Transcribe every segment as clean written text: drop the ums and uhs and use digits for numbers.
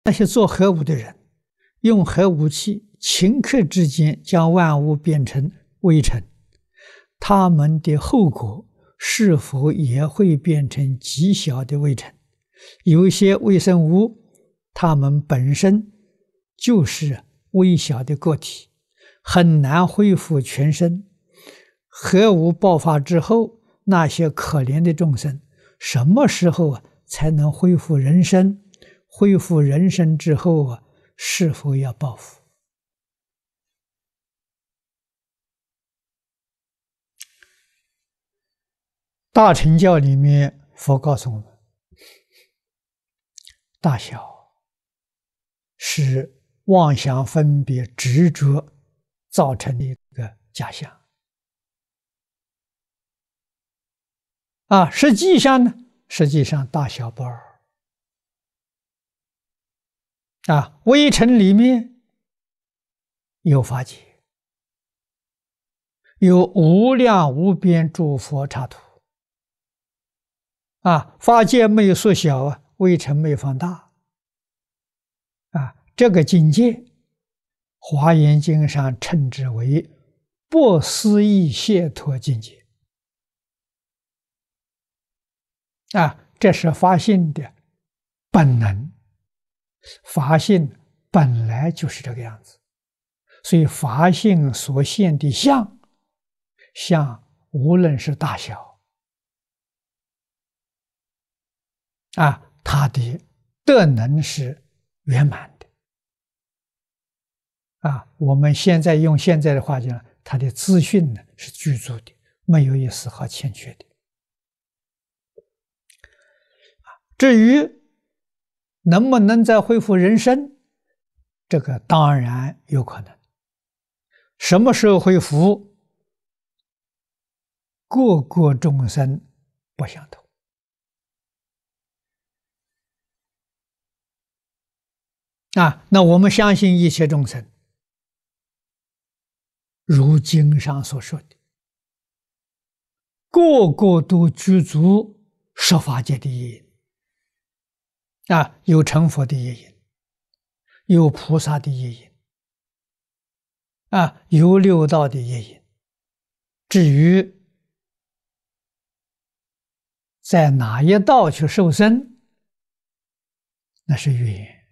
那些做核武的人，用核武器顷刻之间将万物变成微尘，他们的后果是否也会变成极小的微尘？有一些微生物，它们本身就是微小的个体，很难恢复全身。核武爆发之后，那些可怜的众生，什么时候才能恢复人身？恢复人身之后是否要报复？大乘教里面，佛告诉我们，大小是妄想分别执着造成的一个假象实际上呢，大小不二微尘里面有法界，有无量无边诸佛刹土法界没有缩小微尘没有放大这个境界，华严经上称之为不思议解脱境界这是法性的本能，法性本来就是这个样子，所以法性所现的相无论是大小它的德能是圆满的我们现在用现在的话讲，它的资讯呢是具足的，没有一丝毫欠缺的。至于能不能再恢复人身，这个当然有可能。什么时候恢复？各个众生不相同那我们相信一切众生，如经上所说的，个个都具足十法界的业因有成佛的业因，有菩萨的业因有六道的业因。至于在哪一道去受生，那是缘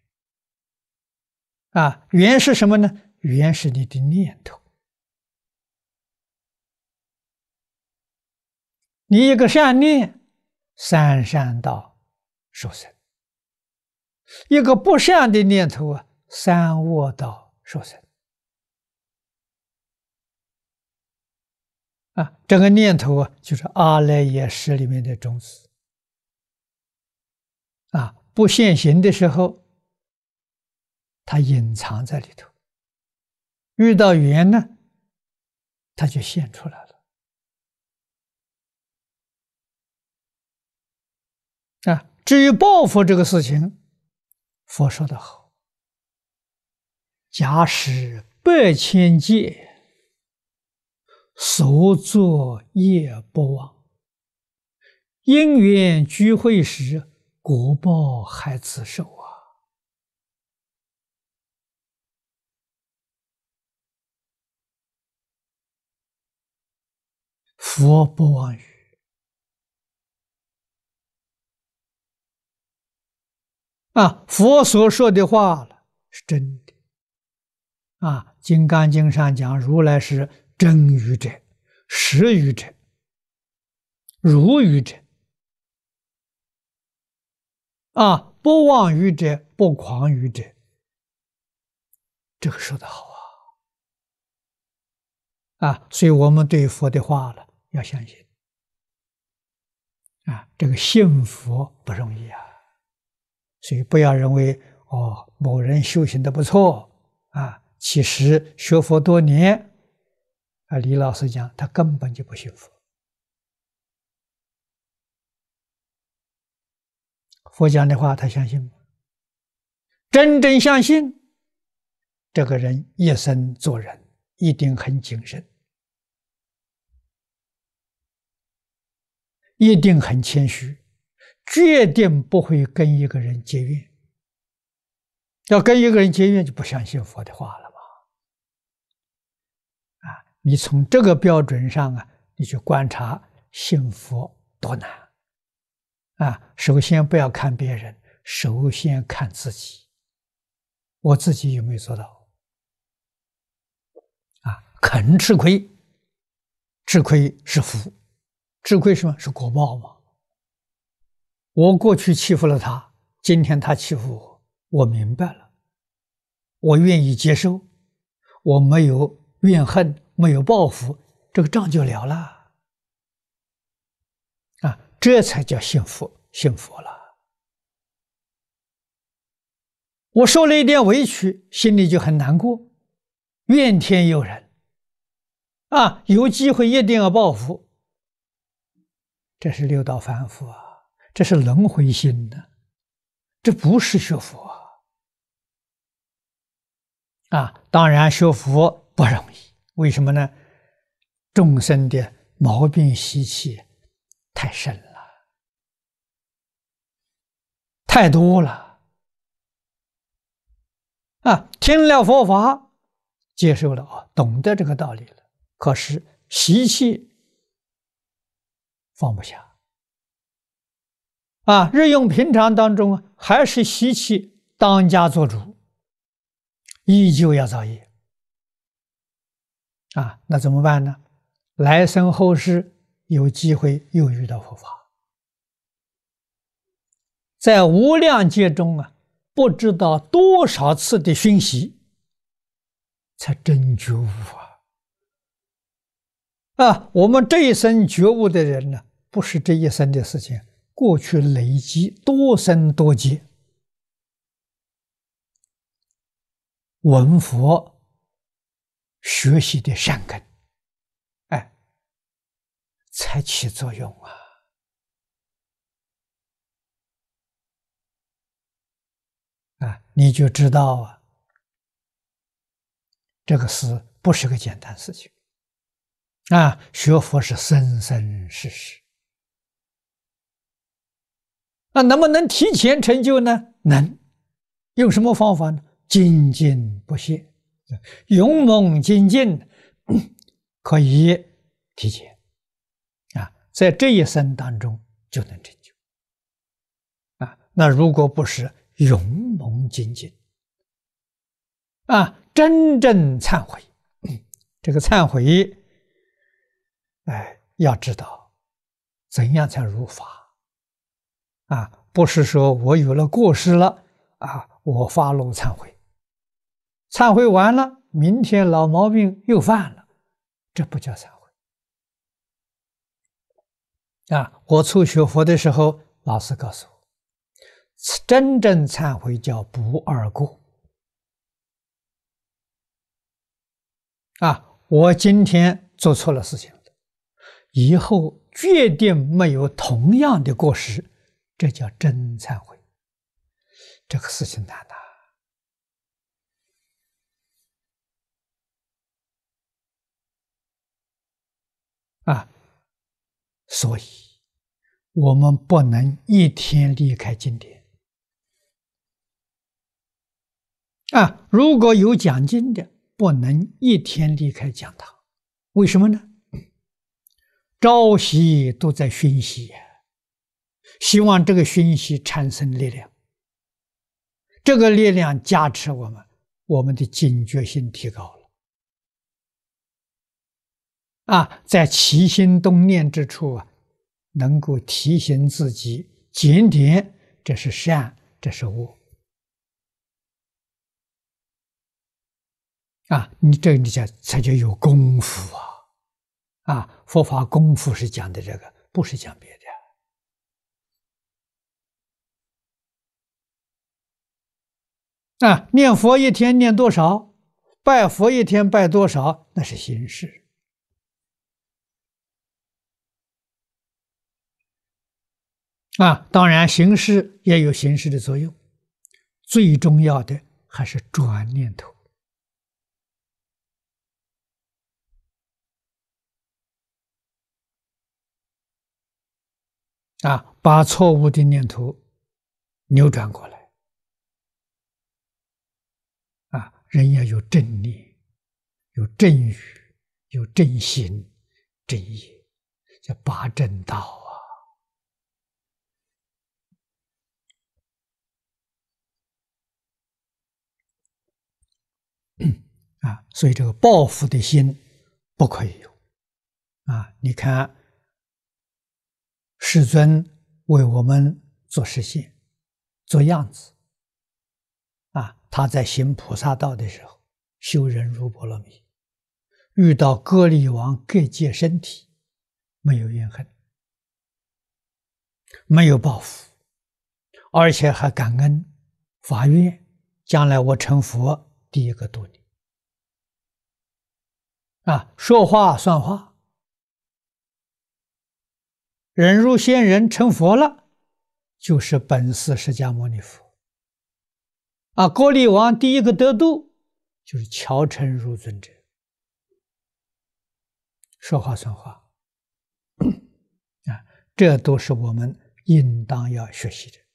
缘是什么呢？缘是你的念头。你一个善念，三善道受生；一个不善的念头三恶道受生这个念头就是阿赖耶识里面的种子不现行的时候，它隐藏在里头，遇到缘呢，它就现出来了至于报复这个事情，佛说得好，假使百千劫，所作业不忘，因缘聚会时，果报还自受佛不妄语佛所说的话是真的金刚经上讲，如来是真语者、实语者、如语者不妄语者、不诳语者。这个说得好所以我们对佛的话要相信这个信佛不容易所以不要认为某人修行的不错其实学佛多年李老师讲他根本就不信佛。佛讲的话他相信吗？真正相信，这个人一生做人一定很谨慎，一定很谦虚，决定不会跟一个人结怨要跟一个人结缘，就不相信佛的话了嘛。你从这个标准上你去观察信佛多难首先不要看别人，首先看自己，我自己有没有做到肯吃亏，吃亏是福，吃亏是什么？是果报嘛。我过去欺负了他，今天他欺负我，我明白了，我愿意接受，我没有怨恨，没有报复，这个账就了了这才叫幸福，幸福了。我受了一点委屈，心里就很难过，怨天尤人有机会一定要报复，这是六道反复这是轮回心的，这不是学佛当然学佛不容易，为什么呢？众生的毛病习气太深了，太多了听了佛法，接受了懂得这个道理了，可是习气放不下日用平常当中还是习气当家做主，依旧要造业那怎么办呢？来生后世有机会又遇到佛法，在无量劫中不知道多少次的熏习，才真觉悟我们这一生觉悟的人呢，不是这一生的事情，过去累积多生多劫，闻佛学习的善根，才起作用你就知道这个事不是个简单事情学佛是生生世世能不能提前成就呢？能。用什么方法呢？精进不懈，勇猛精进，可以提前在这一生当中就能成就那如果不是勇猛精进真正忏悔，这个忏悔要知道怎样才如法不是说我有了过失了我发露忏悔，忏悔完了，明天老毛病又犯了，这不叫忏悔我初学佛的时候，老师告诉我，真正忏悔叫不二过我今天做错了事情，以后决定没有同样的过失，这叫真忏悔。这个事情难所以我们不能一天离开经典如果有讲经的，不能一天离开讲堂。为什么呢？朝夕都在熏习希望这个熏习产生力量，这个力量加持我们的警觉性提高了在起心动念之处能够提醒自己检点，这是善，这是恶你这你才叫有功夫佛法功夫是讲的这个，不是讲别的念佛一天念多少，拜佛一天拜多少，那是形式当然形式也有形式的作用，最重要的还是转念头把错误的念头扭转过来人要有正念，有正语，有正行、正业，叫八正道所以这个报复的心不可以有你看，世尊为我们做实现、做样子他在行菩萨道的时候，修忍辱波罗蜜，遇到割礼王各界身体，没有怨恨，没有报复，而且还感恩发愿，将来我成佛，第一个度你说话算话，忍辱仙人成佛了，就是本师释迦牟尼佛割礼王第一个得度，就是乔成如尊者，说话算话这都是我们应当要学习的。